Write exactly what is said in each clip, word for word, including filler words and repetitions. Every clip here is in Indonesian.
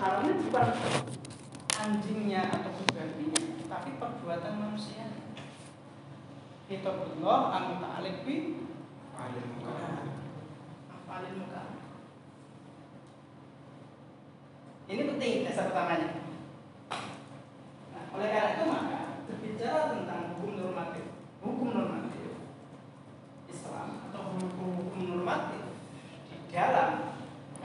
haram ini bukan anjingnya atau babinya, tapi perbuatan manusia. Kitabullah al-muta'alliq bi Alil muka. af'alil muka. Ini penting dasar pertamanya. Nah, oleh karena itu maka berbicara tentang hukum normatif, hukum normatif Islam atau hukum-hukum normatif di dalam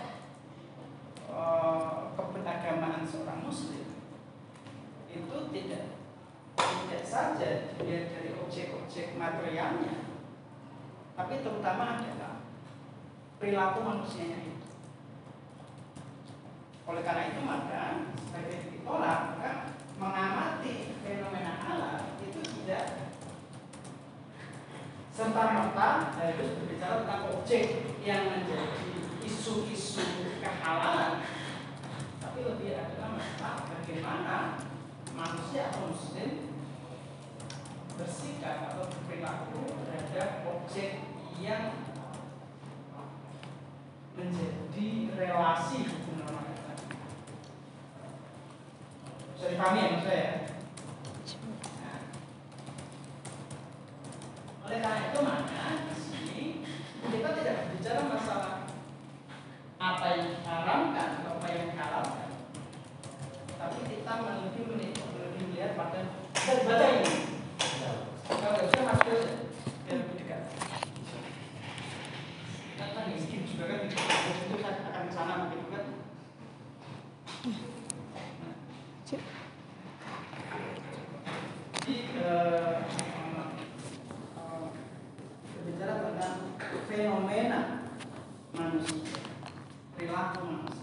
uh, keberagamaan seorang muslim itu tidak tidak saja dilihat dari objek-objek materialnya, tapi terutama adalah perilaku manusianya itu. Oleh karena itu maka sebagai ditolak, maka mengamati fenomena alam itu tidak serta-merta harus berbicara tentang objek yang menjadi isu-isu kehalalan, tapi lebih adalah masalah bagaimana manusia atau muslim bersikap atau berperilaku terhadap objek yang menjadi relasi hubungan normatif. Bisa dipahami ya maksud saya? Nah, oleh karena itu maka di sini kita tidak berbicara masalah apa yang diharamkan atau apa yang dihalalkan, tapi kita lebih lebih melihat pada dan baca ini. Kalau nggak bisa masuk aja, biar lebih dekat. Karena miskin juga kan itu akan ke sana begitu kan. Jadi eh, eh, berbicara tentang fenomena manusia, perilaku manusia.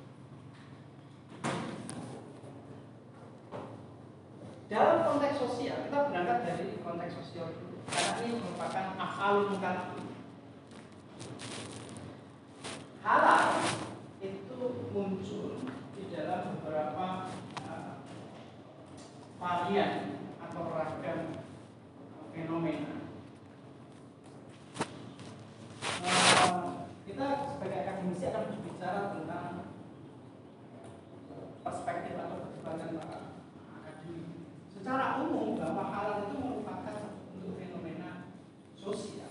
Dalam konteks sosial, kita berangkat dari konteks sosial dulu, karena ini merupakan af'alul mukallaf. Halal itu muncul di dalam beberapa uh, varian atau ragam fenomena. Uh, kita sebagai akademisi akan berbicara tentang perspektif atau perdebatan para akademisi. Secara umum bahwa halal itu merupakan untuk fenomena sosial,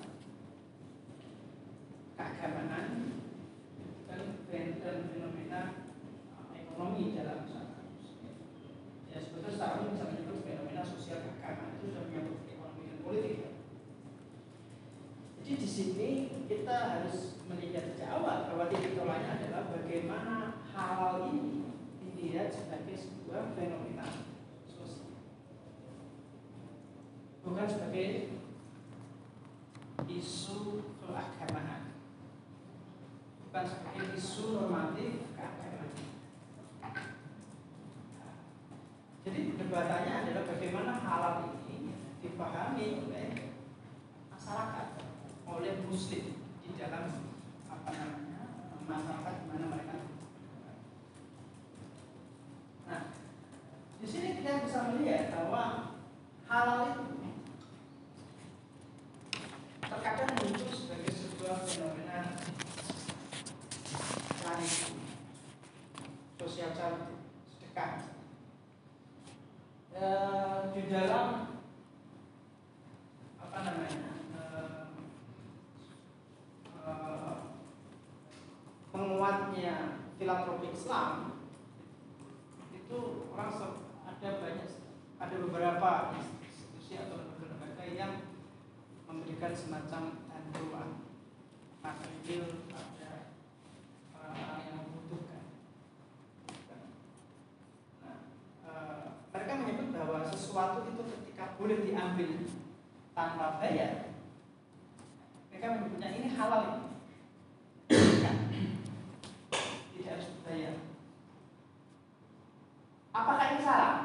keagamaan, dan fenomena ekonomi dalam masyarakat. Ya sebetulnya secara umum bisa menyebut fenomena sosial keagamaan itu sudah menyebut ekonomi dan politik. Jadi di sini kita harus melihat sejak awal bahwa titik tolaknya adalah bagaimana halal ini dilihat sebagai sebuah fenomena sosial, bukan sebagai isu keagamaan, bukan sebagai isu normatif keagamaan. Jadi perdebatannya adalah bagaimana halal ini dipahami oleh masyarakat, oleh muslim di dalam apa namanya masyarakat di mana mereka. Nah, di sini kita bisa melihat bahwa halal itu terkadang muncul sebagai sebuah fenomena charity, sosial charity, sedekah. E, di dalam apa namanya e, e, menguatnya filantropi Islam itu orang ada banyak, ada beberapa institusi atau lembaga yang memberikan semacam bantuan material pada orang-orang yang membutuhkan. Nah, e, mereka menyebut bahwa sesuatu itu ketika boleh diambil tanpa bayar, mereka menyebutnya ini halal ini. Tidak harus bayar. Apakah ini salah?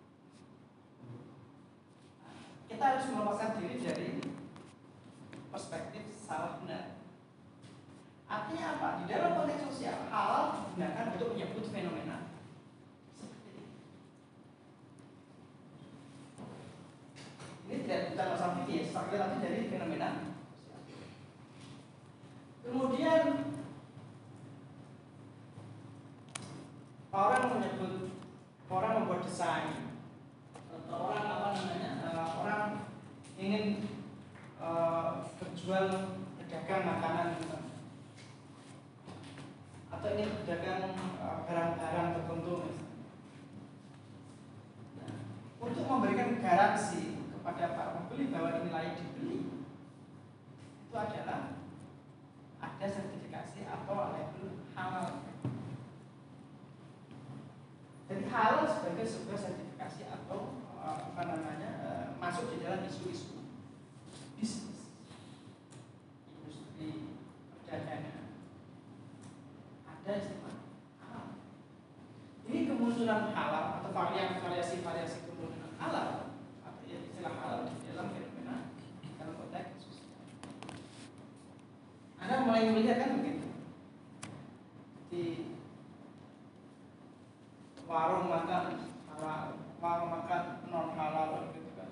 Kita harus melepaskan diri dari perspektif salah benar. Artinya apa? Di dalam konteks sosial, halal digunakan untuk menyebut fenomena seperti ini. Ini tidak bukan masalah fikih, seperti tadi dari fenomena sosial. Kemudian orang menyebut, orang membuat desain, atau orang apa namanya, uh, orang ingin uh, berjual berdagang makanan gitu, atau ingin berdagang uh, barang-barang tertentu misalnya. Nah, untuk memberikan garansi kepada para pembeli bahwa ini layak dibeli, itu adalah ada sertifikasi atau label halal. Jadi halal sebagai sebuah sertifikasi atau uh, apa namanya uh, masuk di dalam isu-isu bisnis, industri perdagangan. Ada istilah halal. Ini kemunculan halal atau variasi-variasi kemunculan halal atau ya istilah halal di dalam fenomena dalam konteks sosial. Anda mulai melihat kan begitu di warung makan halal, warung makan non halal gitu kan.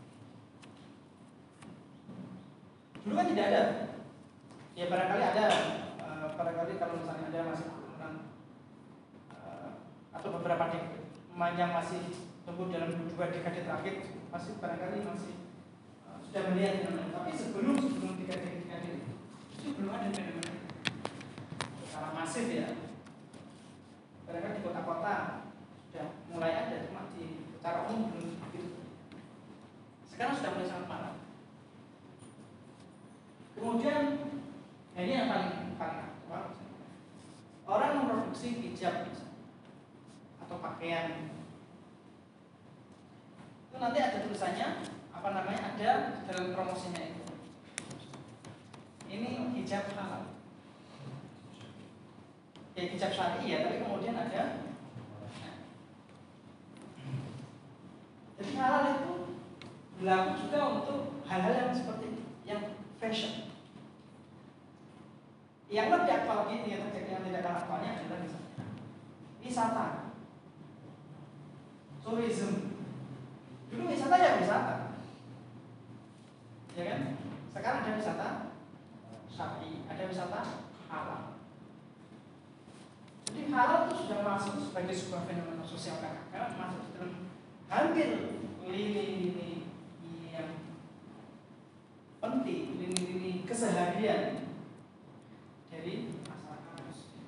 Dulu kan tidak ada. Ya barangkali ada, uh, barangkali kalau misalnya ada masih keturunan uh, atau beberapa dekade yang masih tumbuh dalam dua dekade terakhir, masih barangkali masih uh, sudah melihat fenomena. Tapi sebelum sebelum tiga dekade itu belum ada fenomena secara masif ya. Barangkali di kota-kota sudah mulai ada, cuma di secara umum belum begitu. Sekarang sudah mulai sangat parah. Kemudian nah ini yang paling paling aktual, orang memproduksi hijab atau pakaian itu nanti ada tulisannya apa namanya, ada dalam promosinya itu, ini hijab halal. Ya hijab syar'i ya, tapi kemudian ada. Jadi halal itu berlaku juga untuk hal-hal yang seperti itu, yang fashion. Yang lebih aktual lagi, yang terjadi yang tidak kalah aktualnya adalah misalnya wisata, tourism. Dulu wisata ya wisata, ya kan? Sekarang ada wisata syar'i, ada wisata halal. Jadi halal itu sudah masuk sebagai sebuah fenomena sosial kakak, masuk dalam hampir lini-lini yang penting, lini-lini keseharian dari masyarakat muslim.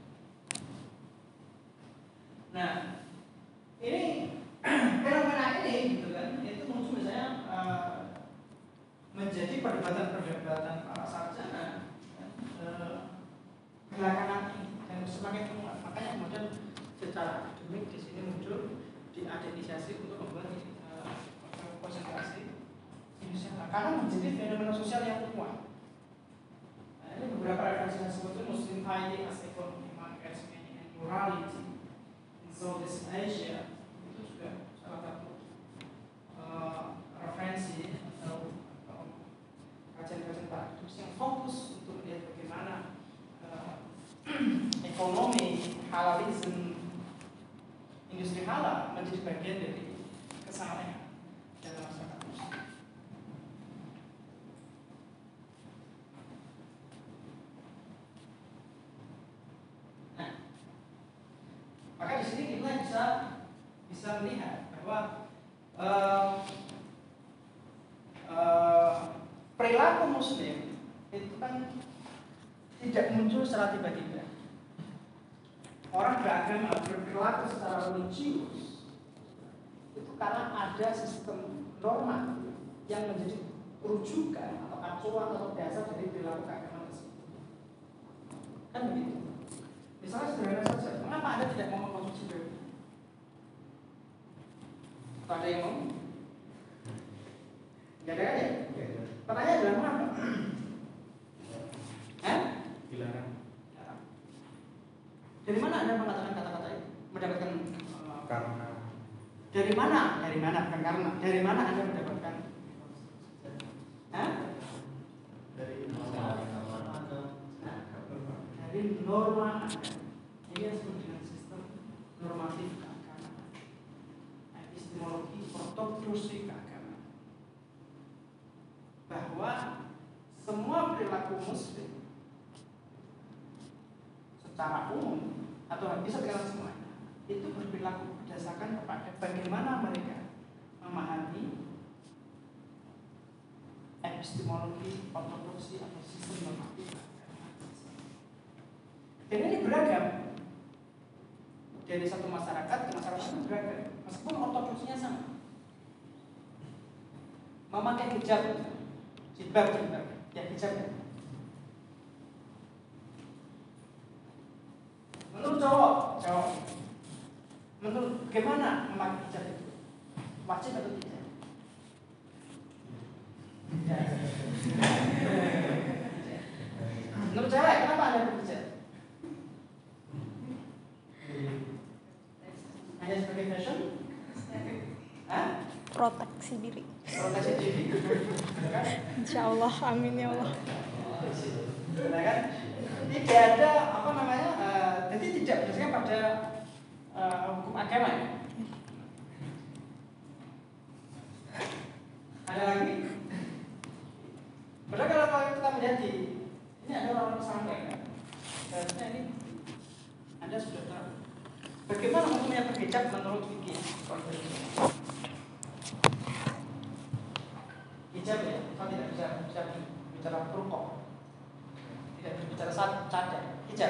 Nah, ini fenomena ini gitu kan, itu muncul misalnya uh, menjadi perdebatan-perdebatan para sarjana uh, belakangan ini dan semakin menguat. Makanya kemudian secara akademik di sini muncul di ada inisiasi untuk membuat uh, konsentrasi industri halal karena menjadi fenomena sosial yang kuat. Nah, ini beberapa referensi yang sebutkan Muslim Id as Economy, Markets, and Morality in Southeast Asia itu juga salah satu uh, referensi atau kajian-kajian para akademisi yang fokus untuk melihat bagaimana uh, ekonomi halalisme industri halal menjadi bagian dari kesalahan dalam masyarakat muslim. Nah, maka di sini kita bisa bisa melihat bahwa uh, uh, perilaku muslim itu kan tidak muncul secara tiba-tiba. Orang beragama berperilaku secara religius itu karena ada sistem norma yang menjadi rujukan atau acuan atau dasar dari perilaku keagamaan tersebut. Kan begitu. Misalnya sederhana saja, mengapa Anda tidak mau mengkonsumsi babi? Atau ada yang mau? Tidak ada ya? Pertanyaan adalah mengapa? Hah? Dilarang. Dari mana Anda mengatakan kata-kata itu? Mendapatkan uh, karena. Dari mana? Dari mana? Bukan karena. Dari mana Anda mendapatkan? Hah? Dari norma. Nah, dari norma Anda. Ini yang disebut dengan sistem normatif keagamaan. Epistemologi ortodoksi keagamaan. Bahwa semua perilaku muslim secara umum atau bisa dikatakan semuanya itu perilaku berdasarkan kepada bagaimana mereka memahami epistemologi, ortodoksi atau sistem normatif. Dan ini beragam dari satu masyarakat ke masyarakat itu beragam, meskipun ortodoksinya sama. Memakai hijab, jilbab, jilbab, ya hijab. Menurut cowok, cowok. Menurut bagaimana memakai hijab itu? Wajib atau tidak? Menurut cewek, kenapa Anda berhijab? Hanya sebagai fashion? Hah? Proteksi diri. Proteksi diri? Insya Allah, amin ya Allah. Nah, kan? Tidak ada apa namanya, uh, jadi tidak berdasarkan pada uh, hukum agama ya. Ada lagi? Padahal kalau kita melihat di ini ada orang pesantren kan, seharusnya ini Anda sudah tahu bagaimana hukumnya berhijab menurut fikih. Hijab ya, saya tidak bisa bisa bicara rukuk, tidak berbicara cadar, hijab.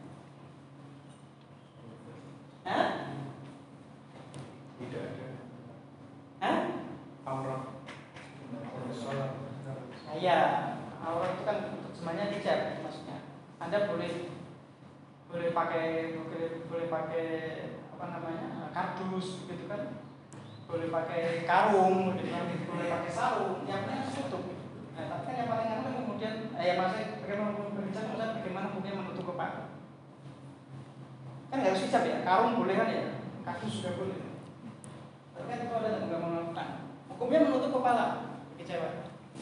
Hah? Tidak ada. Hah? Aurat. Sholat. Ya, aurat itu kan untuk semuanya hijab maksudnya. Anda boleh boleh pakai boleh boleh pakai apa namanya kardus gitu kan, boleh pakai karung gitu kan, boleh pakai sarung, yang penting harus tutup. Nah, tapi kan yang paling aneh kemudian eh, ya maksudnya bagaimana hukum berhijab, maksudnya bagaimana hukumnya menutup kepala. Kan nggak harus hijab ya, karung boleh kan ya, kardus juga boleh. Tapi kan itu ada yang nggak mau melakukan. Hukumnya menutup kepala, bagi cewek.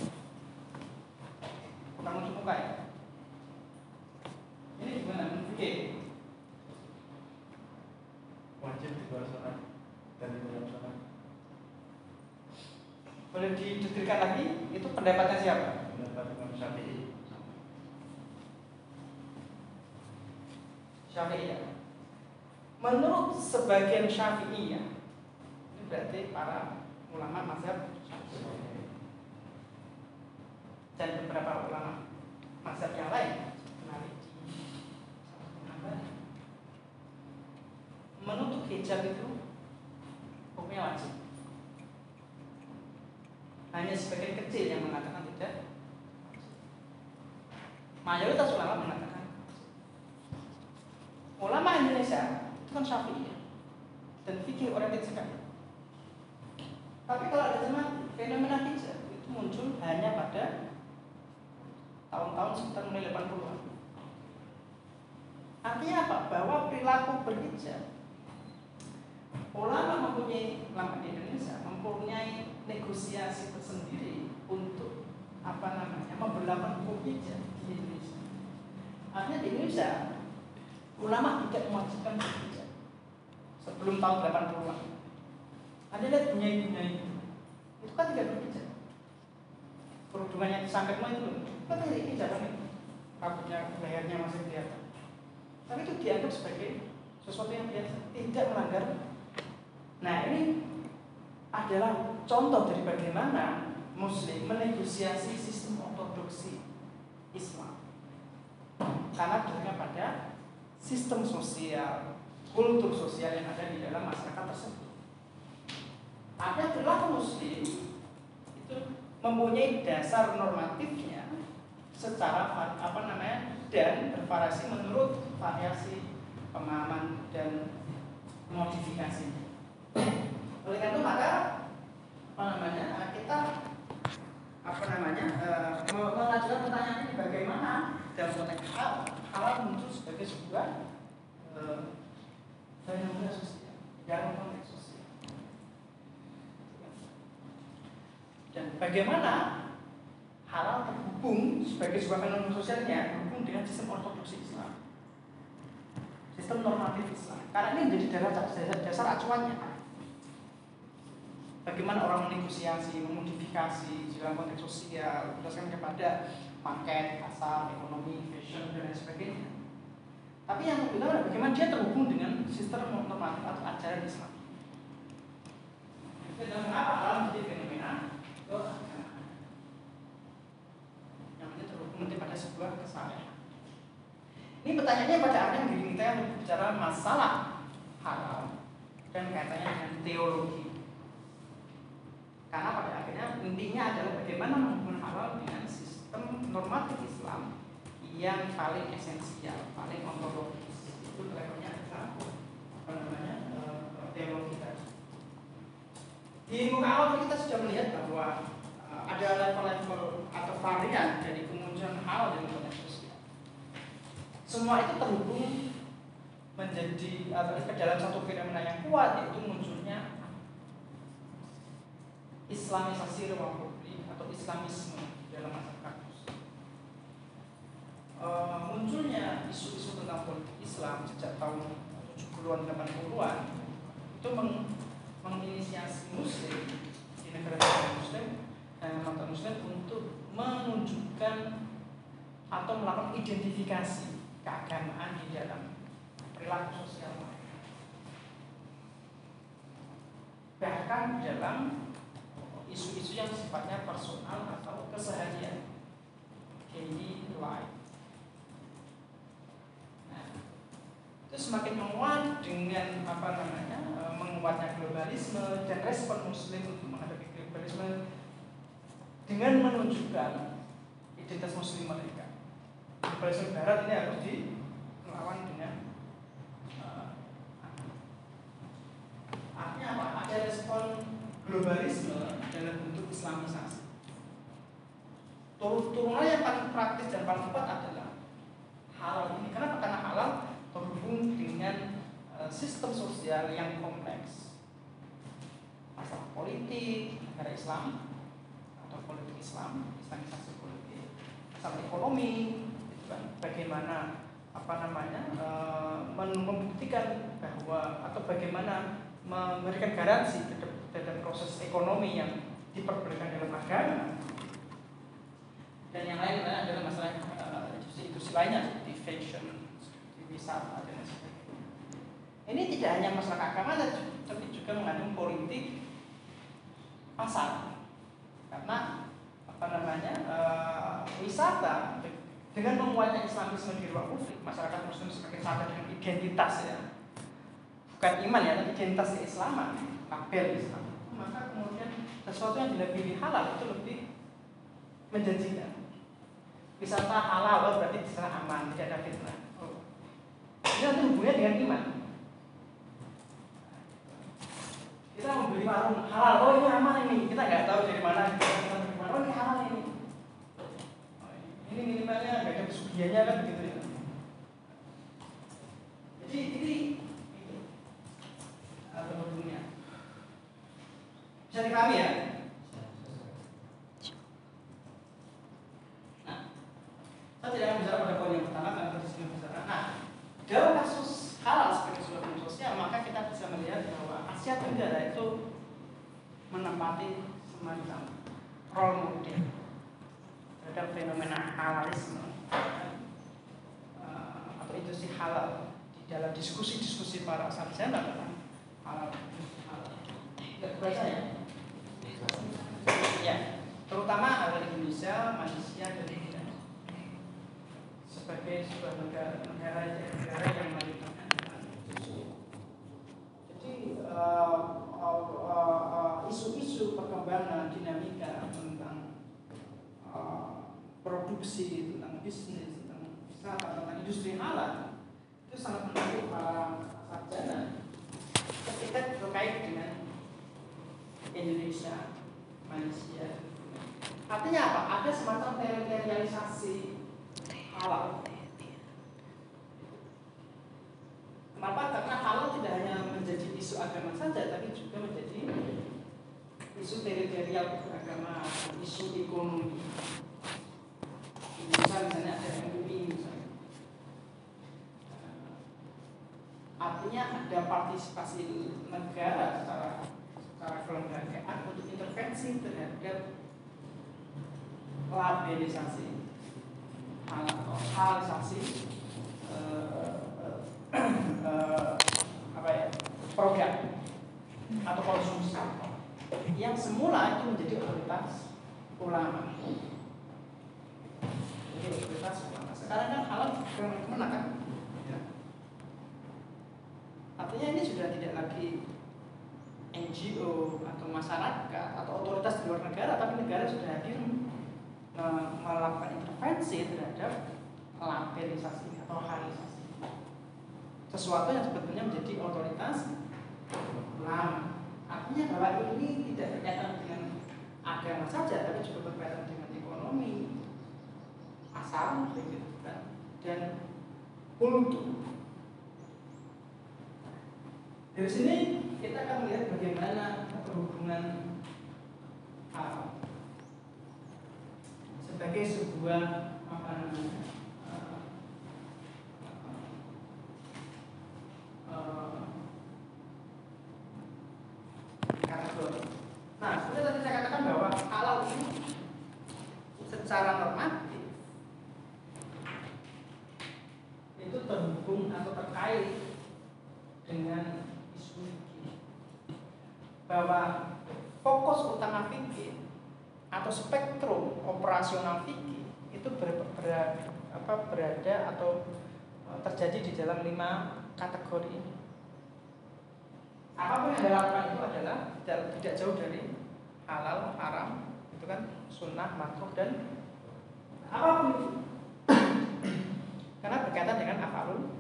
Bukan menutup muka ya. Ini gimana? Oke. Wajib di luar sholat dan di dalam sholat. Boleh didetilkan lagi? Itu pendapatnya siapa? Pendapat Imam Syafi'i. Syafi'i ya. Menurut sebagian Syafi'i ya, ini berarti para ulama mazhab Syafi'i dan beberapa ulama mazhab yang lain, menutup hijab itu hukumnya wajib. Hanya sebagian kecil yang mengatakan tidak. Mayoritas ulama mengatakan. Ulama Indonesia itu kan Syafi'i dan fikih oriented sekali. Tapi kalau ada zaman fenomena hijab itu muncul hanya pada tahun-tahun sekitar mulai delapan puluhan. Artinya apa? Bahwa perilaku berhijab, ulama mempunyai ulama di Indonesia mempunyai negosiasi tersendiri untuk apa namanya memberlakukan hukum hijab di Indonesia. Artinya di Indonesia ulama tidak mewajibkan berhijab sebelum tahun delapan puluhan. Anda lihat bunyai-bunyai itu kan tidak berhijab. Kerudungannya disampaikan itu loh, kan tidak hijab kan itu. Rambutnya, lehernya masih kelihatan. Tapi itu dianggap sebagai sesuatu yang biasa, tidak melanggar. Nah ini adalah contoh dari bagaimana Muslim menegosiasi sistem ortodoksi Islam. Karena berdasarkan pada sistem sosial, kultur sosial yang ada di dalam masyarakat tersebut. Ada perilaku Muslim itu mempunyai dasar normatifnya secara apa namanya dan bervariasi menurut variasi pemahaman dan modifikasi. Oleh karena itu maka apa namanya kita apa namanya uh, mengajukan pertanyaan ini bagaimana dalam konteks hal halal muncul sebagai sebuah uh, fenomena sosial dalam konteks sosial dan bagaimana halal terhubung sebagai sebuah fenomena sosialnya terhubung dengan sistem ortodoksi Islam, sistem normatif Islam, karena ini menjadi dasar, dasar, dasar acuannya. Bagaimana orang menegosiasi, memodifikasi dalam konteks sosial berdasarkan kepada market, pasar, ekonomi, fashion dan lain sebagainya. Tapi yang lebih utama bagaimana dia terhubung dengan sistem normatif atau ajaran Islam. Dan mengapa halal menjadi fenomena keagamaan yang terhubung nanti pada sebuah kesalahan. Ini pertanyaannya pada akhirnya mengiring kita yang berbicara masalah halal dan kaitannya dengan teologi. Karena pada akhirnya intinya adalah bagaimana menghubungkan halal dengan sistem normatif Islam yang paling esensial, paling ontologis. Itu levelnya adalah apa namanya teologi tadi. Di muka awal kita sudah melihat bahwa uh, ada level-level atau varian dari kemunculan hal dalam konteks sosial. Semua itu terhubung menjadi atau ke dalam satu fenomena yang kuat, yaitu munculnya Islamisasi ruang publik atau Islamisme dalam masyarakat. Uh, munculnya isu-isu tentang politik Islam sejak tahun tujuh puluhan delapan puluhan itu meng menginisiasi Muslim di negara-negara Muslim dan non Muslim untuk menunjukkan atau melakukan identifikasi keagamaan di dalam perilaku sosial mereka, bahkan dalam isu-isu yang sifatnya personal atau keseharian, daily life. Nah, itu semakin menguat dengan apa namanya menguatnya globalisme dan respon Muslim untuk menghadapi globalisme dengan menunjukkan identitas Muslim mereka. Globalisme Barat ini harus dilawan dengan uh, artinya apa? Ada respon globalisme dalam bentuk Islamisasi. Turun-turunannya yang paling praktis dan paling kuat adalah halal ini. Kenapa? Karena halal terhubung dengan sistem sosial yang kompleks, masalah politik negara Islam atau politik Islam, Islamisasi politik, masalah ekonomi, gitu kan? Bagaimana apa namanya e, membuktikan bahwa atau bagaimana memberikan garansi terhadap proses ekonomi yang diperbolehkan dalam agama, dan yang lain adalah masalah industri-industri lainnya seperti fashion, seperti wisata dan sebagainya. Ini tidak hanya masalah agama, tapi juga mengandung politik pasar. Karena apa namanya e, wisata dengan menguatnya Islamisme di ruang publik, masyarakat Muslim semakin sadar dengan identitas ya, bukan iman ya, tapi identitas keislaman, label Islam. Maka kemudian sesuatu yang dilabeli halal itu lebih menjanjikan. Wisata halal berarti di sana aman, tidak ada fitnah. Oh. Ini nanti hubungannya dengan iman. Kita membeli warung halal, oh ini aman ini, kita nggak tahu dari mana, kita beli warung, oh ini halal ini. Ini minimalnya nggak ada pesugihannya kan begitu ya. Jadi ini itu atau hubungnya bisa dipahami ya. Nah, saya tidak akan bicara pada poin yang pertama karena tadi sudah bicara. Nah, dalam kasus halal sebagai sebuah hukum sosial, maka kita bisa melihat bahwa Asia Tenggara itu menempati semacam role model terhadap fenomena halalisme uh, atau industri halal di dalam diskusi-diskusi para sarjana tentang halal. Tidak kebaca ya? Ya, terutama halal Indonesia, Malaysia dan Indonesia sebagai sebuah negara negara, negara yang maju. Jadi isu-isu uh, uh, uh, perkembangan dinamika tentang uh, produksi, tentang bisnis, tentang wisata, tentang industri halal itu sangat menarik para sarjana ketika terkait dengan Indonesia, Malaysia. Artinya apa? Ada semacam teritorialisasi halal. Kenapa? Karena halal tidak hanya menjadi isu agama saja, tapi juga menjadi isu teritorial beragama, isu ekonomi. Misalnya, misalnya ada M U I misalnya. Artinya ada partisipasi negara secara secara kelembagaan untuk intervensi terhadap labelisasi atau halisasi uh, apa ya produk atau konsumsi yang semula itu menjadi otoritas ulama. Jadi otoritas ulama. Sekarang kan halal kemana kan? Ya. Artinya ini sudah tidak lagi N G O atau masyarakat atau otoritas di luar negara, tapi negara sudah hadir melakukan intervensi terhadap labelisasi atau halisasi sesuatu yang sebetulnya menjadi otoritas ulama. Artinya bahwa ini tidak berkaitan dengan agama saja, tapi juga berkaitan dengan ekonomi, pasar, dan kultur. Dari sini kita akan melihat bagaimana hubungan uh, sebagai sebuah apa namanya uh, uh, kategori. Nah, seperti tadi saya katakan bahwa halal ini secara normatif itu terhubung atau terkait dengan isu fikih, bahwa fokus utama fikih atau spektrum operasional fikih itu ber, ber, apa, berada atau terjadi di dalam lima kategori ini. Apapun yang dilakukan itu adalah tidak jauh dari halal, haram, itu kan sunnah, makruh, dan apapun itu. Karena berkaitan dengan afalul.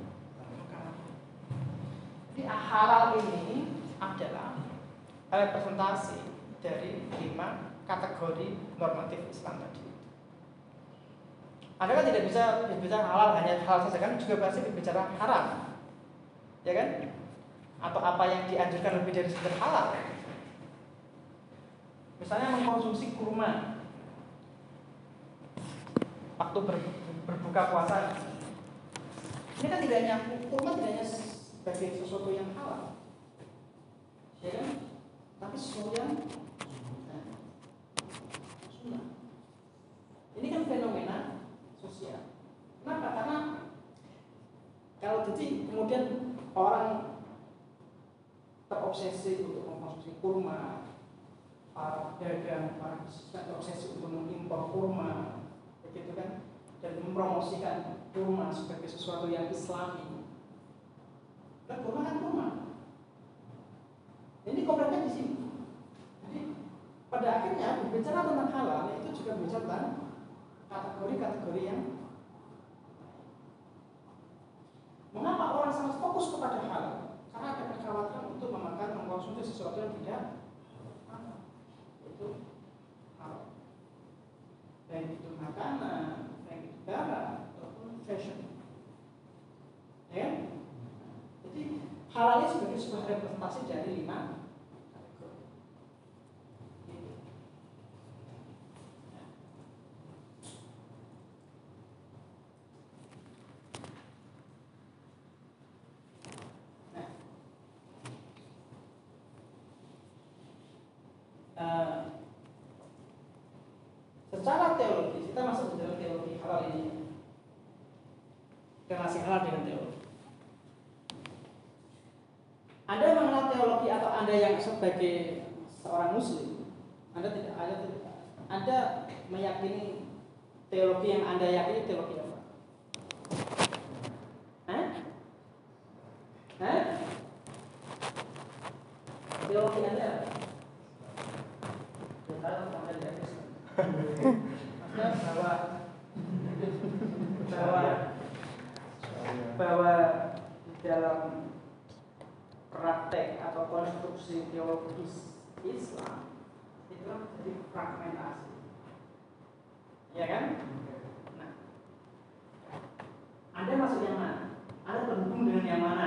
Jadi halal ini adalah representasi dari lima kategori normatif Islam tadi. Anda kan tidak bisa berbicara halal hanya halal saja, kan juga pasti berbicara haram, ya kan? Atau apa yang dianjurkan lebih dari sekedar halal. Misalnya mengkonsumsi kurma waktu ber, berbuka puasa. Ini kan tidak hanya kurma, tidak hanya sebagai sesuatu yang halal, ya kan? Tapi sesuatu yang sunnah. Ini kan fenomena sosial. Kenapa? Karena kalau jadi kemudian orang terobsesi untuk mengkonsumsi kurma, para pedagang, para bisnis terobsesi untuk mengimpor kurma, begitu kan, dan mempromosikan kurma sebagai sesuatu yang Islami. Dan kurma kan kurma. Ini kompletnya di sini. Jadi pada akhirnya berbicara tentang halal itu juga berbicara tentang kategori-kategori yang mengapa orang sangat fokus kepada halal? Karena ada kekhawatiran untuk memakan mengkonsumsi sesuatu yang tidak halal. Itu halal. Baik itu makanan, baik itu barang ataupun fashion. Ya? Jadi halal ini sebagai sebuah representasi dari lima kategori. Nah, uh, secara teologi kita masuk ke dalam teologi halal ini. Relasi halal dengan teologi. Anda mengenal teologi atau Anda yang sebagai seorang muslim, Anda tidak ada tidak Anda meyakini teologi yang Anda yakini teologi apa? Hah? Hah? Teologi Anda apa? Kalau Anda tidak Kristen. Maksudnya bahwa bahwa bahwa di dalam praktek atau konstruksi teologis Islam itu jadi fragmentasi, ya kan? Nah, Anda masuk yang mana? Anda terhubung dengan yang mana?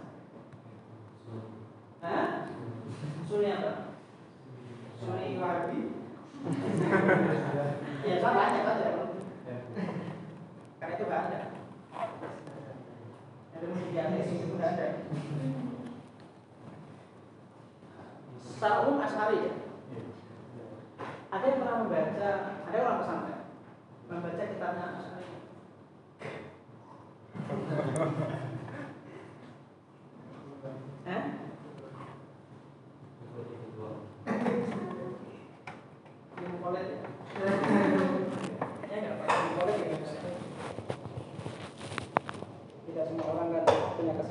Hah? Sunni apa? Sunni Wahabi? Ya sama aja kan? Karena itu nggak ada. Ada musik yang itu nggak ada. Secara umum Asy'ari ya. Ada yang pernah membaca, ada orang pesantren membaca kitabnya Asy'ari.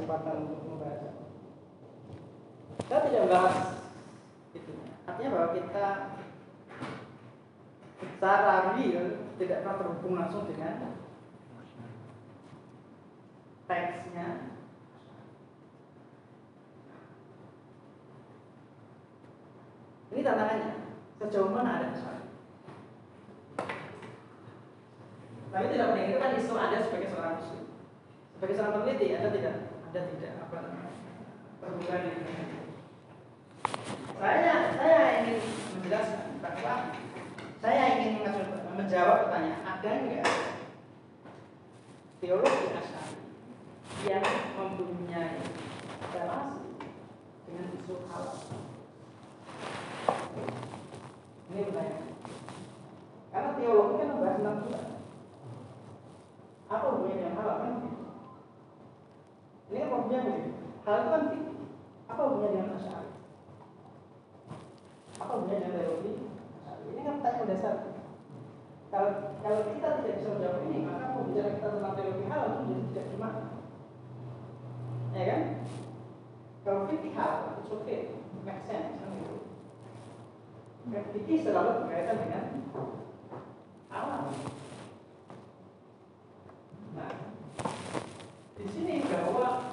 kesempatan untuk membaca. Kita tidak bahas itu. Artinya bahwa kita secara real tidak pernah terhubung langsung dengan teksnya. Ini tantangannya. Sejauh mana ada kesalahan? Tapi tidak penting, itu kan isu Anda sebagai seorang muslim. Sebagai seorang peneliti, Anda tidak Anda tidak apa namanya berhubungan dengan itu. Saya saya ingin menjelaskan bahwa saya ingin menjawab pertanyaan, ada enggak teologi Asy'ari yang mempunyai relasi dengan isu halal? Ini pertanyaan. Karena teologi kan membahas tentang Tuhan. Apa hubungannya dengan halal kan? Ini kan problemnya begitu. Hal itu kan fikih. Apa hubungannya dengan Asy'ari? Apa hubungannya dengan teologi Asy'ari? Ini kan pertanyaan dasar. Kalau kalau kita tidak bisa menjawab ini, maka pembicaraan kita tentang teologi halal itu jadi tidak bermakna. Ya kan? Kalau fikih halal itu oke, make sense kan gitu. Fikih selalu berkaitan dengan halal. Nah, di sini bahwa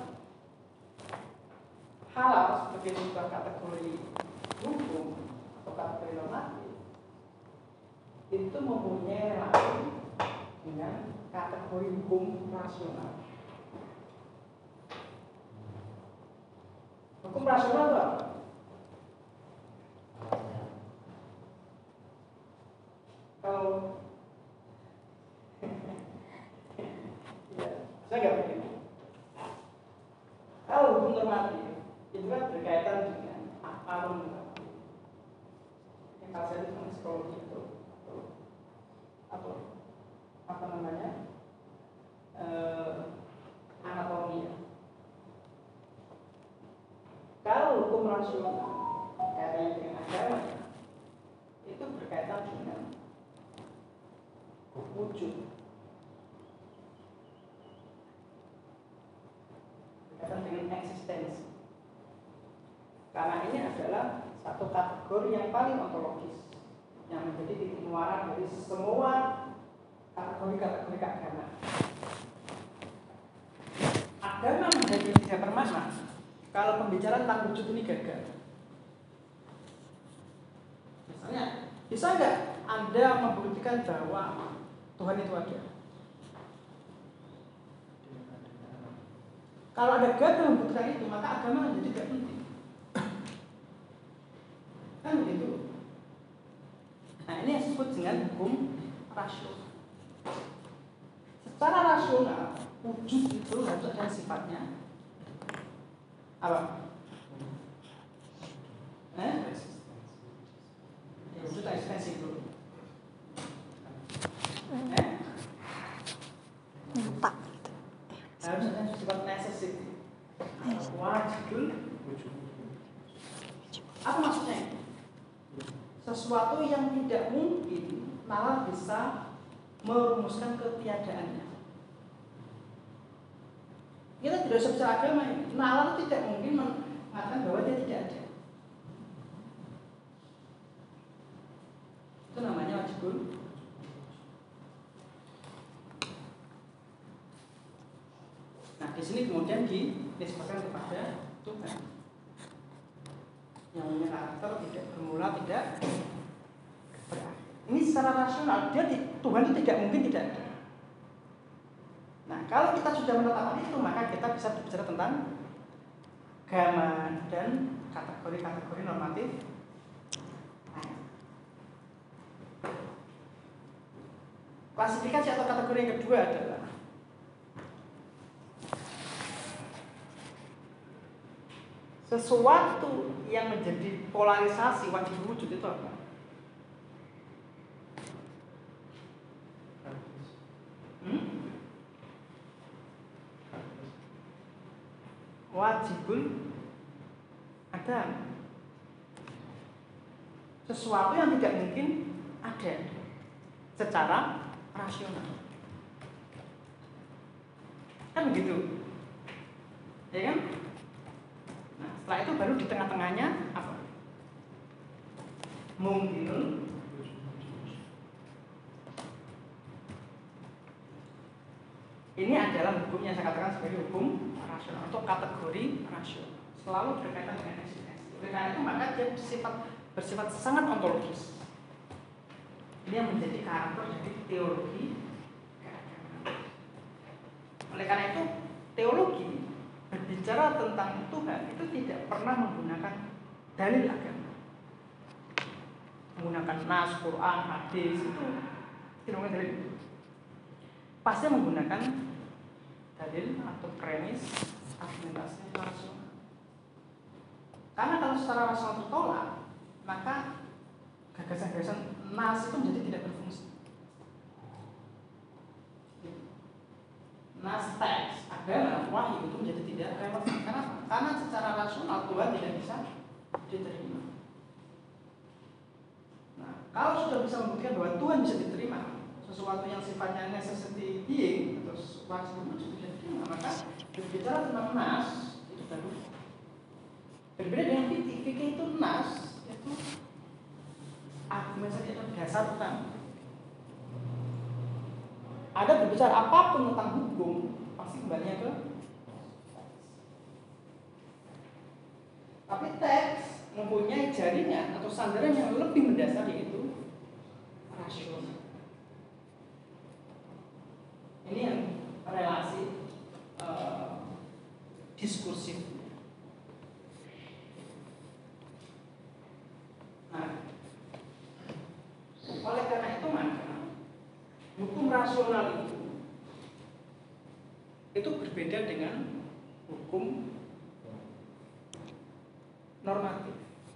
halal sebagai sebuah kategori hukum atau kategori normatif itu mempunyai relasi dengan kategori hukum rasional. Hukum rasional itu apa? Kalau ya, saya nggak begini. Kalau hukum normatif itu kan berkaitan dengan apa normatif. Yang kalau saya itu psikologi itu apa apa namanya eh, anatomi. Kalau hukum rasional kaitannya dengan agama itu berkaitan dengan wujud, berkaitan dengan eksistensi. Karena ini adalah satu kategori yang paling ontologis, yang menjadi titik muara dari semua kategori-kategori keagamaan. Agama menjadi tidak bermakna kalau pembicaraan tentang wujud ini gagal. Misalnya, bisa nggak Anda membuktikan bahwa Tuhan itu ada? Kalau ada gagal membuktikan itu, maka agama menjadi tidak penting. Kan begitu. Nah, ini yang disebut dengan hukum rasional. Secara rasional, wujud itu harus ada sifatnya apa? Eh? Ya, wujud eksistensi dulu. Eh? Nyata. Harus ada sifat necessity. Wajibul wujud. Apa maksudnya? Sesuatu yang tidak mungkin nalar bisa merumuskan ketiadaannya. Kita tidak usah bicara agama ini. Nalar tidak mungkin mengatakan bahwa dia tidak ada. Itu namanya wajibul. Nah, di sini kemudian dinisbahkan kepada Tuhan yang punya karakter tidak bermula, tidak berakhir. Ini secara rasional, dia Tuhan itu tidak mungkin tidak ada. Nah, kalau kita sudah menetapkan itu, maka kita bisa berbicara tentang agama dan kategori-kategori normatif. Nah, klasifikasi atau kategori yang kedua adalah sesuatu yang menjadi polarisasi wajib wujud itu apa? Hmm? Wajibul ada. Sesuatu yang tidak mungkin ada secara rasional. Kan begitu. ya kan? Nah, setelah itu baru di tengah-tengahnya apa? Mungkinun. Ini adalah hukum yang saya katakan sebagai hukum rasional atau kategori rasional, selalu berkaitan dengan eksistensi. Oleh karena itu maka dia bersifat bersifat sangat ontologis. Ini yang menjadi karakter dari teologi keagamaan. Oleh karena itu teologi berbicara tentang Tuhan itu tidak pernah menggunakan dalil agama, menggunakan nas, Quran, hadis, itu tidak menggunakan dalil itu. Pasti menggunakan dalil atau premis argumentasi rasional. Karena kalau secara rasional tertolak, maka gagasan-gagasan nas itu menjadi tidak berfungsi. Nas teks agama wahyu itu menjadi tidak relevan. Kenapa? Karena secara rasional Tuhan tidak bisa diterima. Nah, kalau sudah bisa membuktikan bahwa Tuhan bisa diterima, sesuatu yang sifatnya necessity being atau wajib wujud bisa diterima, maka berbicara tentang nas itu baru berbeda dengan fikih. Fikih itu nas itu argumentasi itu dasar utama. Ada berbicara apapun tentang hukum pasti kembalinya ke teks. Tapi teks mempunyai jaringan atau sandaran yang lebih mendasar, yaitu rasional. Ini yang relasi uh, diskursif. Nah, oleh karena itu maka hukum rasional itu itu berbeda dengan hukum normatif.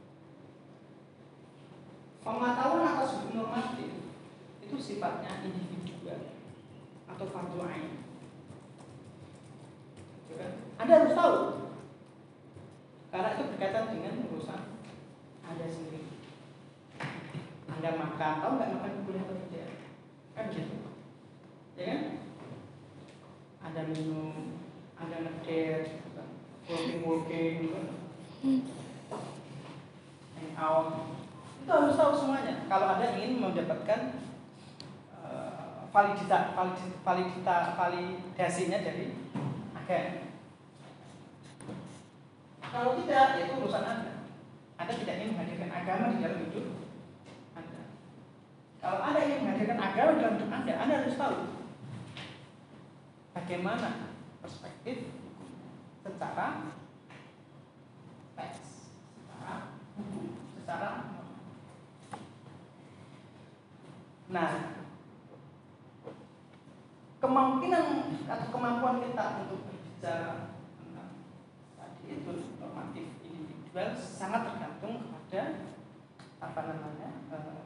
Pengetahuan atas hukum normatif itu sifatnya individual atau fardhu ain. Anda harus tahu, karena itu berkaitan dengan urusan Anda sendiri. Anda makan, tahu nggak makan boleh atau tidak? Kan gitu, ya kan? Anda minum, Anda ngedate, walking walking, hang out, itu harus tahu semuanya. Kalau Anda ingin mendapatkan validita, validita, validita, validasinya dari agen. Kalau tidak, itu urusan Anda. Anda tidak ingin menghadirkan agama di dalam hidup Anda. Kalau Anda ingin menghadirkan agama di dalam hidup Anda, Anda harus tahu bagaimana perspektif secara teks, secara hukum, secara. Nah, kemungkinan atau kemampuan kita untuk berbicara tentang tadi itu normatif individual sangat tergantung kepada apa namanya uh,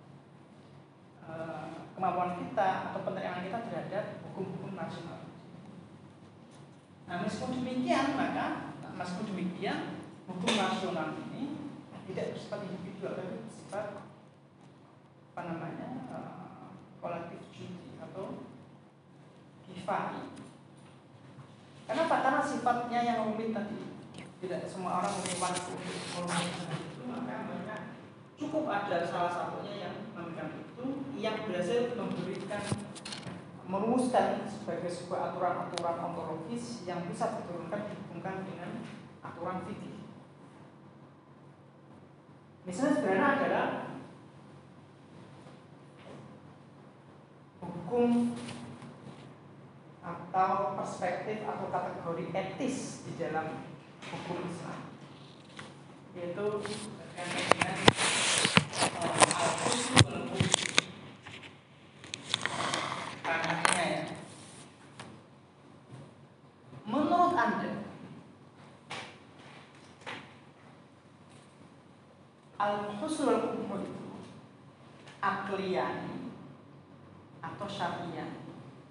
uh, kemampuan kita atau penerimaan kita terhadap hukum-hukum nasional. Nah, meskipun demikian maka meskipun demikian hukum nasional ini tidak bersifat individual tapi bersifat apa namanya uh, kolektif judi atau kifai. Kenapa? Karena sifatnya yang rumit tadi. Tidak semua orang memiliki waktu untuk melakukan itu, maka mereka cukup ada salah satunya yang memegang itu, yang berhasil memberikan, merumuskan sebagai sebuah aturan-aturan ontologis yang bisa diturunkan dihubungkan dengan aturan fikih. Misalnya sederhana adalah hukum atau perspektif atau kategori etis di dalam hukum Islam, yaitu berkaitan dengan al-husn wal husn. Anaknya ya. Menurut Anda, al-husn wal husn itu akliyani atau syar'iyani?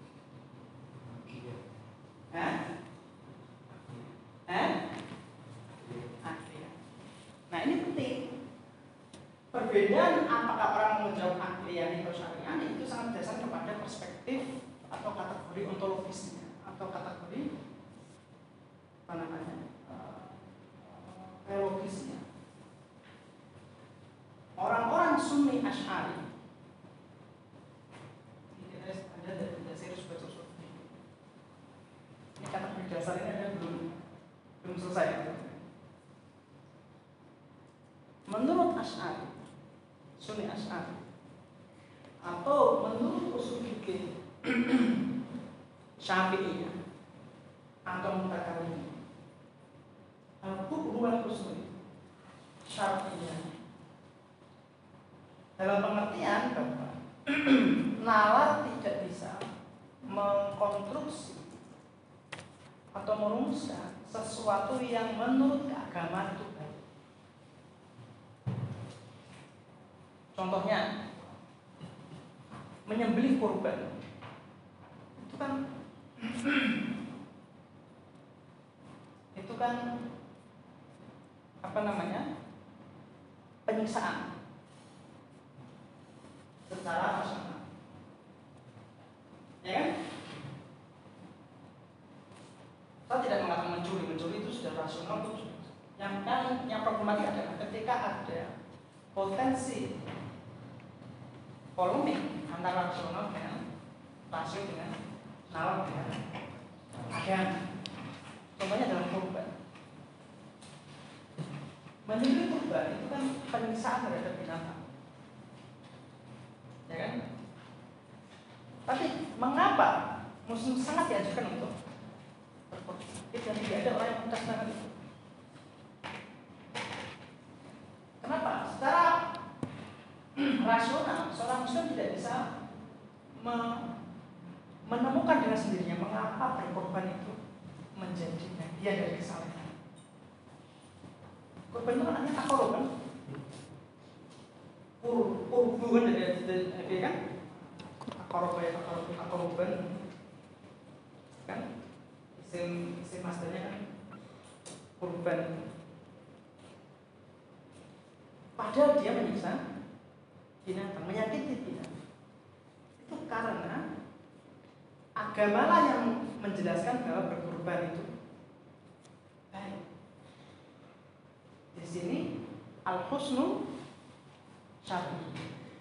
Hah? Hah? Akliyah. Nah, ini penting. Perbedaan apakah orang menjawab akliyah atau syariah itu sangat dasar kepada perspektif atau kategori ontologisnya atau kategori apa namanya uh, teologisnya. Orang-orang Sunni Asy'ari, ini ada dari serius baca survei. Ini kata berdasar ini ada belum belum selesai. Menurut Asy'ari, Sunni Asy'ari, atau menurut usul fikih Syafi'iyah atau mutakallimin, al-hukm wal husn syar'iyyah, dalam pengertian bahwa nalar tidak bisa mengkonstruksi atau merumuskan sesuatu yang menurut keagamaan itu baik. Contohnya, menyembelih kurban itu kan itu kan apa namanya penyiksaan secara rasional, ya kan? Saya tidak mengatakan mencuri, mencuri itu sudah rasional itu. Yang kan yang problematik adalah ketika ada potensi polemik antara rasional dengan rasio dengan nalar dengan agama. Contohnya dalam kurban. Menyembelih kurban itu kan penyiksaan terhadap binatang, ya kan? Tapi mengapa Muslim sangat diajarkan untuk berkurban? Dan tidak ada orang yang mentas dengan itu. Kenapa? Secara rasional, seorang Muslim tidak bisa me- menemukan dengan sendirinya mengapa berkorban itu menjadi bagian dari kesalahan. Korban itu kan hanya takorup kan? Kurbu kan dari dari kan? Takorup ya takorup takoruban kan? Isim isim masdarnya kan kurban. Padahal dia menyiksa binatang, menyakiti binatang. Itu karena agamalah yang menjelaskan bahwa berkorban itu baik. Di sini al-husnu syar'i.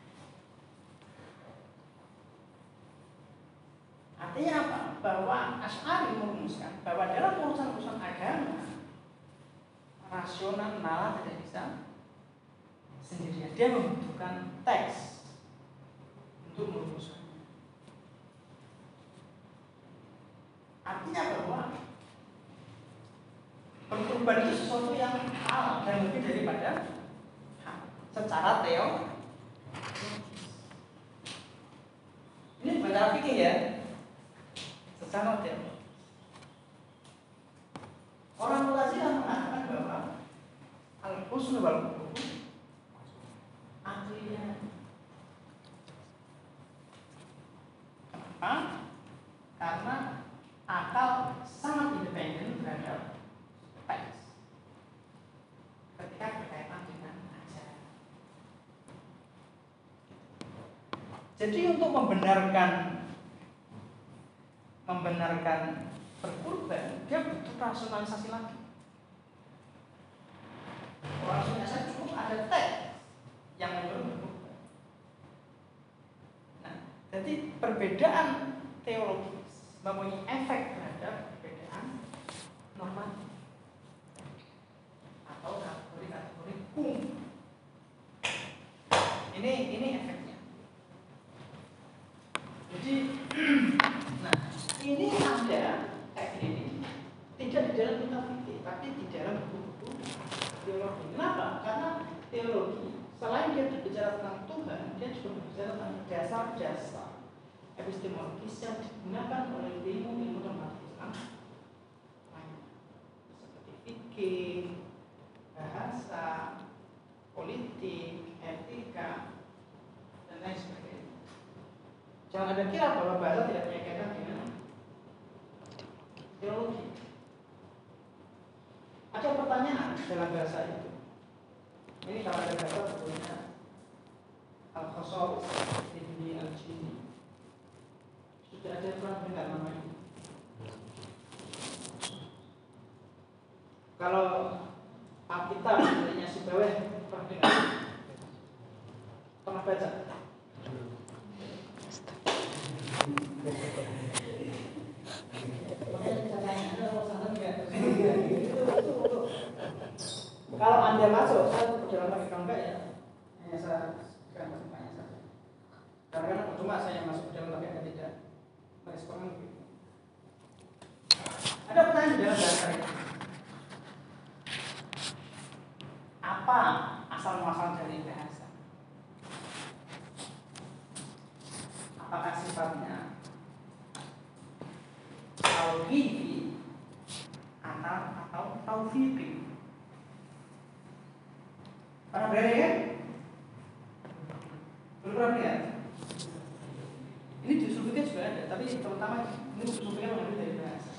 Artinya apa? Bahwa Asy'ari merumuskan bahwa dalam urusan-urusan agama rasional nalar tidak bisa sendirian. Dia membutuhkan teks untuk merumuskannya. Artinya bahwa berkorban itu sesuatu yang halal dan lebih daripada hal secara teo. Ini secara fikih ya, secara teo. Orang Mu'tazilah mengatakan bahwa al-husnu wal hukm akliyah. Kenapa? Karena akal sangat independen terhadap teks ketika berkaitan dengan ajaran. Jadi untuk membenarkan membenarkan berkurban, dia butuh rasionalisasi lagi. Rasionalisasi cukup ada teks yang menyuruh berkurban. Nah, jadi perbedaan teologis mempunyai efek terhadap perbedaan normatif atau kategori-kategori hukum. Ini ini efeknya. Jadi, nah ini ada kayak ini tidak di dalam kitab fikih, tapi di dalam buku-buku teologi. Kenapa? Karena teologi selain dia berbicara tentang Tuhan, dia juga berbicara tentang dasar-dasar epistemologis yang digunakan oleh ilmu-ilmu normatif Islam lainnya, seperti fikih, bahasa, politik, etika, dan lain sebagainya. Jangan ada kira bahwa bahasa tidak punya kaitan dengan teologi. Ada pertanyaan dalam bahasa itu. Ini kalau ada bahasa sebutnya Al-Khasawis Ibni Al-Jini. Sudah ada pernah dengar nama ini? Alkitab misalnya Sibaweh, pernah dengar? Pernah baca? Kalau Anda masuk, saya berjalan lagi kalau enggak ya, hanya saya kan tanya saja. Karena kan cuma saya masuk ke dalam tapi Anda tidak merespon gitu. Ada pertanyaan di dalam bahasa ini. Apa asal muasal dari bahasa? Apakah sifatnya tauhidi atau atau taufiqi? Pernah belajar kan? Belum pernah lihat? Ini di usul fikih juga ada, tapi terutama ini usul fikih mengambil dari bahasa.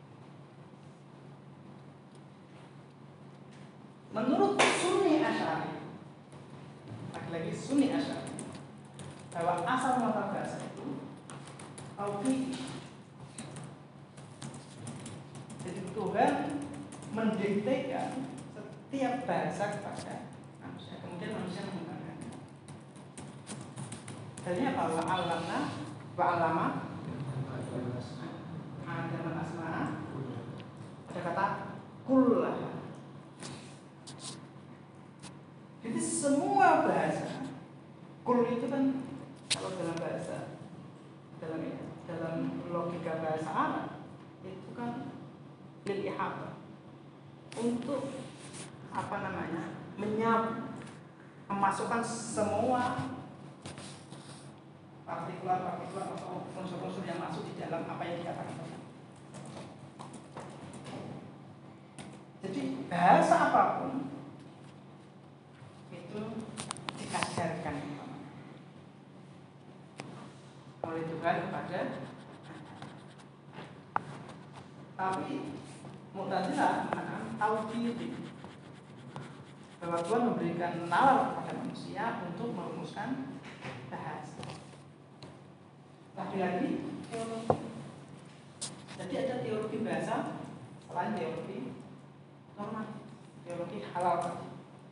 Menurut Sunni Asy'ari, lagi-lagi Sunni Asy'ari, bahwa asal muasal bahasa itu tauhid. Jadi Tuhan mendiktekan setiap bahasa kepada manusia, kemudian manusia menggunakannya. Dalilnya bahwa Al-Lama, wa Al-Lama, Adam al-Asma, ada kata kullah. Jadi semua bahasa, kul itu kan kalau dalam bahasa, dalam dalam logika bahasa Arab itu kan lil ihata, untuk apa namanya, menyap, memasukkan semua partikular-partikular atau unsur-unsur yang masuk di dalam apa yang dikatakan. Jadi bahasa apapun itu dikajarkan oleh Tuhan kepada, tapi Mu'tazilah mengatakan tauhid, bahwa Tuhan memberikan nalar kepada manusia untuk merumuskan bahasa. Lagi-lagi teologi. Jadi ada teologi bahasa selain teologi normatif, teologi halal tadi.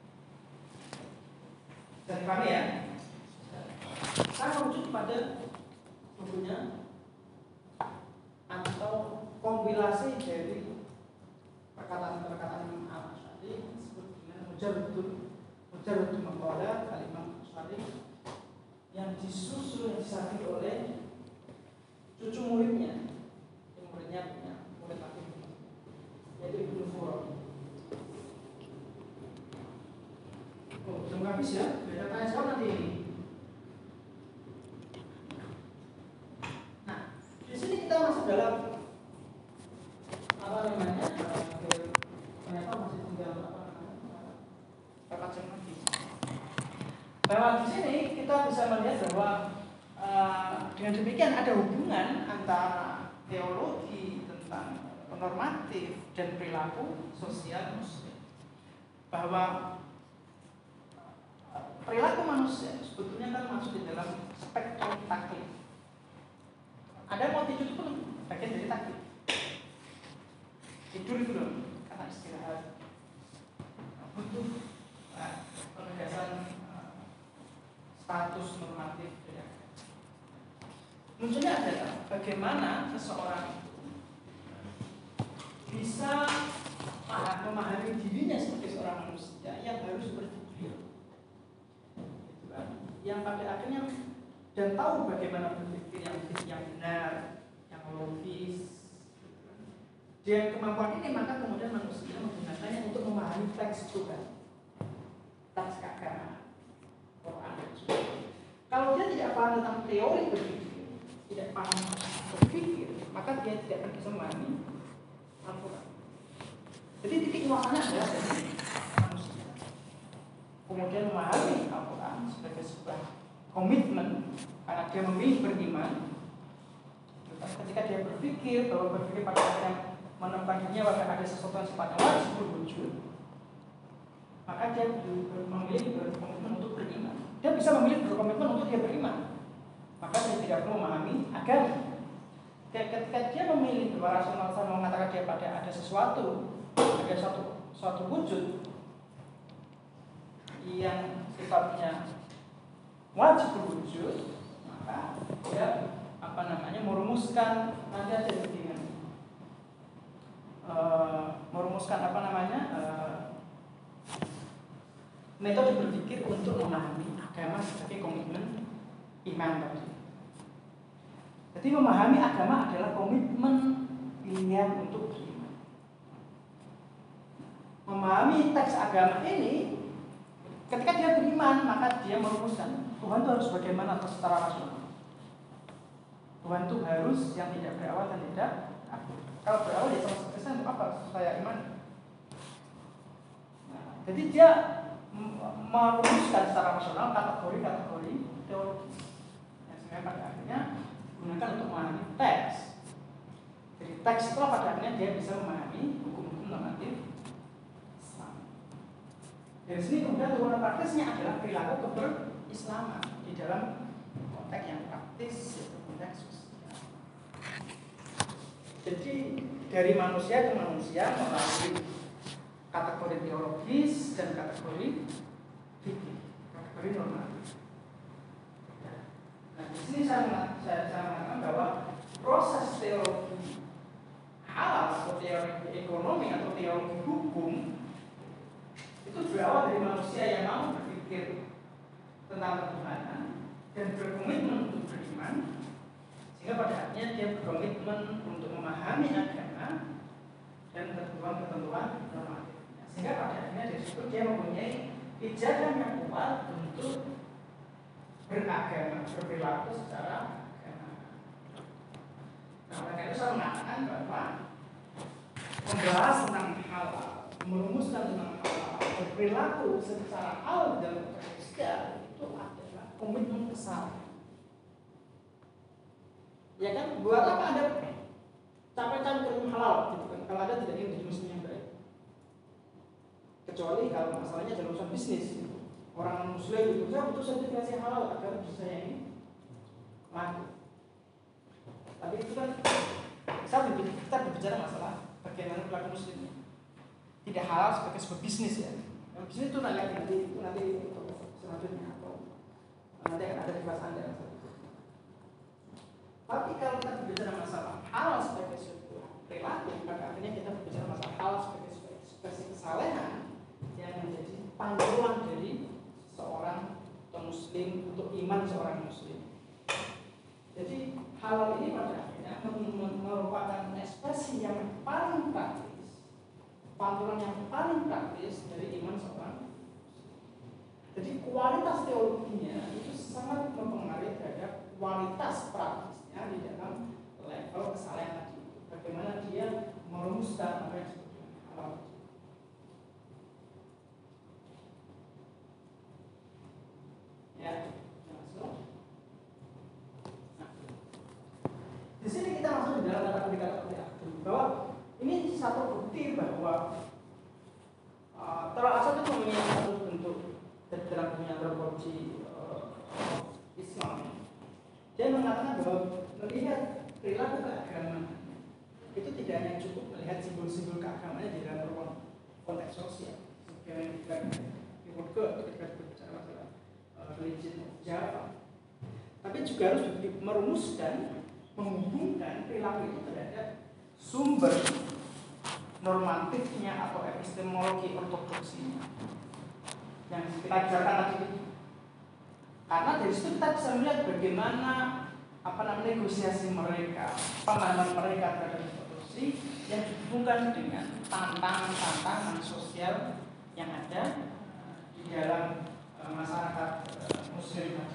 Dan kami ya, saya merujuk pada bukunya atau kompilasi dari perkataan-perkataan Imam Al-Asy'ari disebut dengan Mujarradul Mujarradul Maqalat Al-Imam Al-Asy'ari, yang disusun, yang disampaikan oleh cucu muridnya, yang muridnya punya murid laki, yaitu Ibnu Furor. Oh, belum habis ya? Beda tanya jawab nanti ini. Nah, di sini kita masuk dalam apa namanya? Ternyata masih tinggal apa namanya? Bakat lagi. Bahwa di sini kita bisa melihat bahwa uh, dengan demikian ada hubungan antara teologi tentang normatif dan perilaku sosial muslim. Bahwa perilaku manusia sebetulnya kan masuk di dalam spektrum taklif. Ada mau tidur itu bagian dari taklif. Tidur itu loh, karena istirahat butuh nah, penegasan uh, status normatif. Ya. Munculnya adalah bagaimana seseorang bisa memahami dirinya sebagai seorang manusia yang harus berpikir, yang pada akhirnya dan tahu bagaimana berpikir yang yang benar, yang logis. Dengan kemampuan ini maka kemudian manusia menggunakannya untuk memahami teks Tuhan, teks keagamaan, Quran dan sebagainya. Kalau dia tidak paham tentang teori berpikir, tidak paham berpikir, maka dia tidak akan bisa memahami Al-Quran. Jadi titik muasalnya adalah dari manusia. Kemudian memahami Al-Quran sebagai sebuah komitmen karena dia memilih beriman. Ketika dia berpikir bahwa berpikir pada akhirnya menemukan dirinya bahwa ada sesuatu yang sifatnya wajib berwujud, maka dia memilih berkomitmen untuk beriman. Dia bisa memilih berkomitmen untuk dia beriman, maka dia tidak perlu memahami agama. Ketika dia memilih bahwa rasional saya mengatakan dia pada ada sesuatu, ada suatu suatu wujud, yang sifatnya wajib berwujud, maka dia apa namanya merumuskan nanti ada dengan uh, merumuskan apa namanya uh, metode berpikir untuk memahami agama sebagai komitmen iman tadi. Jadi memahami agama adalah komitmen pilihan untuk beriman. Memahami teks agama ini, ketika dia beriman, maka dia merumuskan Tuhan itu harus bagaimana atau secara rasional. Tuhan itu harus yang tidak berawal dan tidak akhir. Kalau berawal ya sama seperti apa saya iman. Nah, jadi dia merumuskan secara rasional kategori-kategori teologi. Yang sehingga pada akhirnya gunakan untuk memahami teks. Jadi teks itu pada akhirnya dia bisa memahami hukum-hukum normatif Islam. Dari sini kemudian turunan praktisnya adalah perilaku keberislaman di dalam konteks yang praktis, yaitu konteks sosial. Jadi dari manusia ke manusia melalui kategori teologis dan kategori fikih, kategori normatif. Nah, di sini saya, saya, saya mengatakan bahwa proses teologi halal atau teologi ekonomi atau teologi hukum itu berawal dari manusia yang mau berpikir tentang Tuhanan dan berkomitmen untuk beriman, sehingga pada akhirnya dia berkomitmen untuk memahami agama dan ketentuan-ketentuan normatif. Sehingga pada akhirnya dari situ dia mempunyai pijakan yang kuat untuk beragama, berperilaku secara agama. Nah, oleh itu saya mengatakan bahwa membahas tentang halal, merumuskan tentang halal, berperilaku secara halal dalam sosial itu adalah komitmen besar. Ya kan, buat apa Anda capai-capai komitmen halal gitu kan? Kalau Anda tidak ingin menjadi muslim yang baik. Kecuali kalau masalahnya dalam urusan bisnis gitu. Orang muslim itu saya butuh sertifikasi halal agar bisa saya ini laku. Tapi itu kan saya berbicara, kita berbicara masalah bagaimana perilaku muslim tidak halal sebagai sebuah bisnis ya. Yang bisnis itu nanti nanti itu nanti selanjutnya atau nanti akan ada di kelas Anda. Tapi kalau kita berbicara masalah halal sebagai sebuah perilaku, pada akhirnya kita berbicara masalah halal sebagai sebuah kesalehan yang menjadi panggilan dari seorang atau muslim untuk iman seorang muslim. Jadi halal ini pada akhirnya merupakan ekspresi yang paling praktis, panggilan yang paling praktis dari iman seorang muslim. Jadi kualitas teologinya itu sangat mempengaruhi terhadap kualitas praktisnya di dalam level kesalehan tadi. Bagaimana dia merumuskan apa yang disebut dengan halal. Ya, langsung. Nah, di sini kita langsung di dalam kategori-kategori akhir bahwa ini satu bukti bahwa uh, terasal itu mempunyai satu bentuk dalam dunia antropologi uh, Islam. Dia mengatakan bahwa melihat perilaku keagamaan itu tidak hanya cukup melihat simbol-simbol keagamaan di dalam konteks sosial. Sebagai yang kita ketika berbicara masalah religion of Java, tapi juga harus merumuskan, menghubungkan perilaku itu terhadap sumber normatifnya atau epistemologi ortodoksinya yang kita bicarakan tadi. Karena dari situ kita bisa melihat bagaimana apa namanya negosiasi mereka, pemahaman mereka terhadap ortodoksi yang dihubungkan dengan tantangan-tantangan sosial yang ada di dalam masyarakat uh, muslim tadi.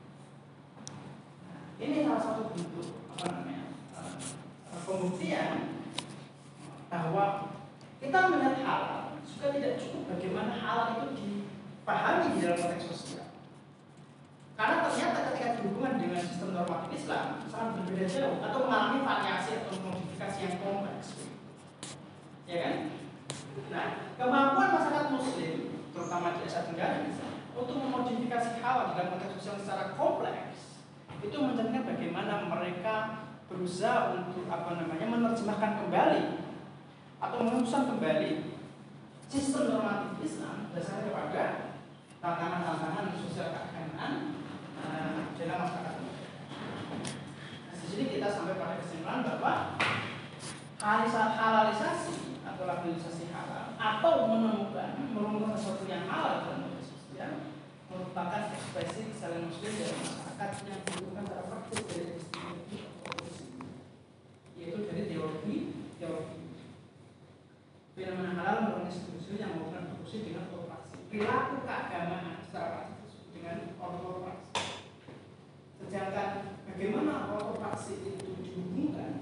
Nah, ini salah satu bentuk apa namanya uh, pembuktian bahwa kita melihat halal juga tidak cukup bagaimana halal itu dipahami di dalam konteks sosial. Karena ternyata ketika dihubungkan dengan sistem normatif Islam sangat berbeda jauh atau mengalami variasi atau modifikasi yang kompleks. Ya kan? Nah, kemampuan masyarakat muslim terutama di Asia Tenggara untuk memodifikasi halal dalam konteks sosial secara kompleks itu mencerminkan bagaimana mereka berusaha untuk apa namanya menerjemahkan kembali atau merumuskan kembali sistem normatif Islam berdasarkan kepada tantangan-tantangan sosial keagamaan uh, dalam masyarakat. Nah, di sini kita sampai pada kesimpulan bahwa halalisasi atau labelisasi halal atau menemukan menemukan sesuatu yang halal dalam media sosial merupakan ekspresi kesalahan muslim dalam masyarakat yang dilakukan secara praktis dari epistemologi yaitu dari teologi teologi fenomena halal merupakan institusi yang melakukan fungsi dengan operasi perilaku keagamaan secara praktis dengan ortopraksi. Sedangkan bagaimana ortopraksi itu dihubungkan